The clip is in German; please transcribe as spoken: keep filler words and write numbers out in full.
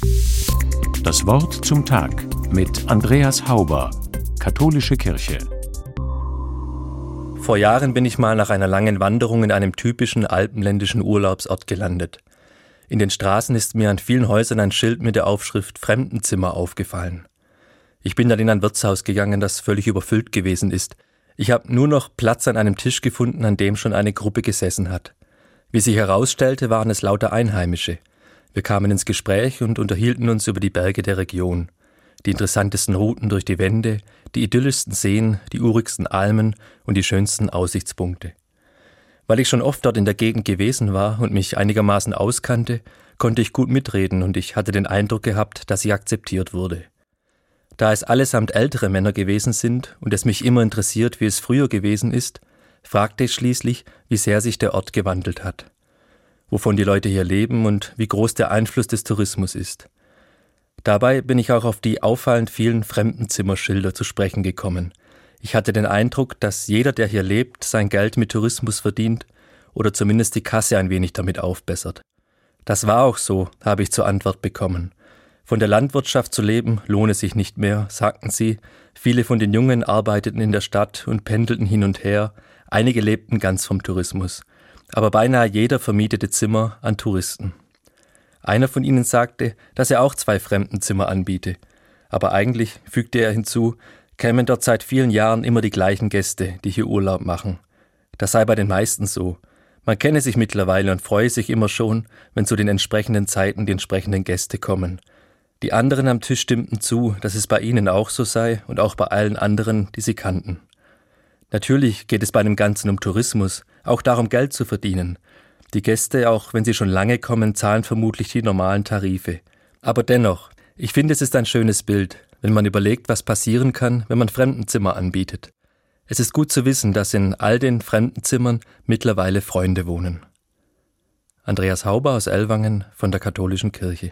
Das Wort zum Tag mit Andreas Hauber, Katholische Kirche. Vor Jahren bin ich mal nach einer langen Wanderung in einem typischen alpenländischen Urlaubsort gelandet. In den Straßen ist mir an vielen Häusern ein Schild mit der Aufschrift Fremdenzimmer aufgefallen. Ich bin dann in ein Wirtshaus gegangen, das völlig überfüllt gewesen ist. Ich habe nur noch Platz an einem Tisch gefunden, an dem schon eine Gruppe gesessen hat. Wie sich herausstellte, waren es lauter Einheimische. Wir kamen ins Gespräch und unterhielten uns über die Berge der Region. Die interessantesten Routen durch die Wände, die idyllischsten Seen, die urigsten Almen und die schönsten Aussichtspunkte. Weil ich schon oft dort in der Gegend gewesen war und mich einigermaßen auskannte, konnte ich gut mitreden und ich hatte den Eindruck gehabt, dass ich akzeptiert wurde. Da es allesamt ältere Männer gewesen sind und es mich immer interessiert, wie es früher gewesen ist, fragte ich schließlich, wie sehr sich der Ort gewandelt hat, wovon die Leute hier leben und wie groß der Einfluss des Tourismus ist. Dabei bin ich auch auf die auffallend vielen Fremdenzimmerschilder zu sprechen gekommen. Ich hatte den Eindruck, dass jeder, der hier lebt, sein Geld mit Tourismus verdient oder zumindest die Kasse ein wenig damit aufbessert. Das war auch so, habe ich zur Antwort bekommen. Von der Landwirtschaft zu leben lohne sich nicht mehr, sagten sie. Viele von den Jungen arbeiteten in der Stadt und pendelten hin und her. Einige lebten ganz vom Tourismus. Aber beinahe jeder vermietete Zimmer an Touristen. Einer von ihnen sagte, dass er auch zwei Fremdenzimmer anbiete. Aber eigentlich, fügte er hinzu, kämen dort seit vielen Jahren immer die gleichen Gäste, die hier Urlaub machen. Das sei bei den meisten so. Man kenne sich mittlerweile und freue sich immer schon, wenn zu den entsprechenden Zeiten die entsprechenden Gäste kommen. Die anderen am Tisch stimmten zu, dass es bei ihnen auch so sei und auch bei allen anderen, die sie kannten. Natürlich geht es bei dem Ganzen um Tourismus, auch darum, Geld zu verdienen. Die Gäste, auch wenn sie schon lange kommen, zahlen vermutlich die normalen Tarife. Aber dennoch, ich finde, es ist ein schönes Bild, wenn man überlegt, was passieren kann, wenn man Fremdenzimmer anbietet. Es ist gut zu wissen, dass in all den Fremdenzimmern mittlerweile Freunde wohnen. Andreas Hauber aus Ellwangen von der Katholischen Kirche.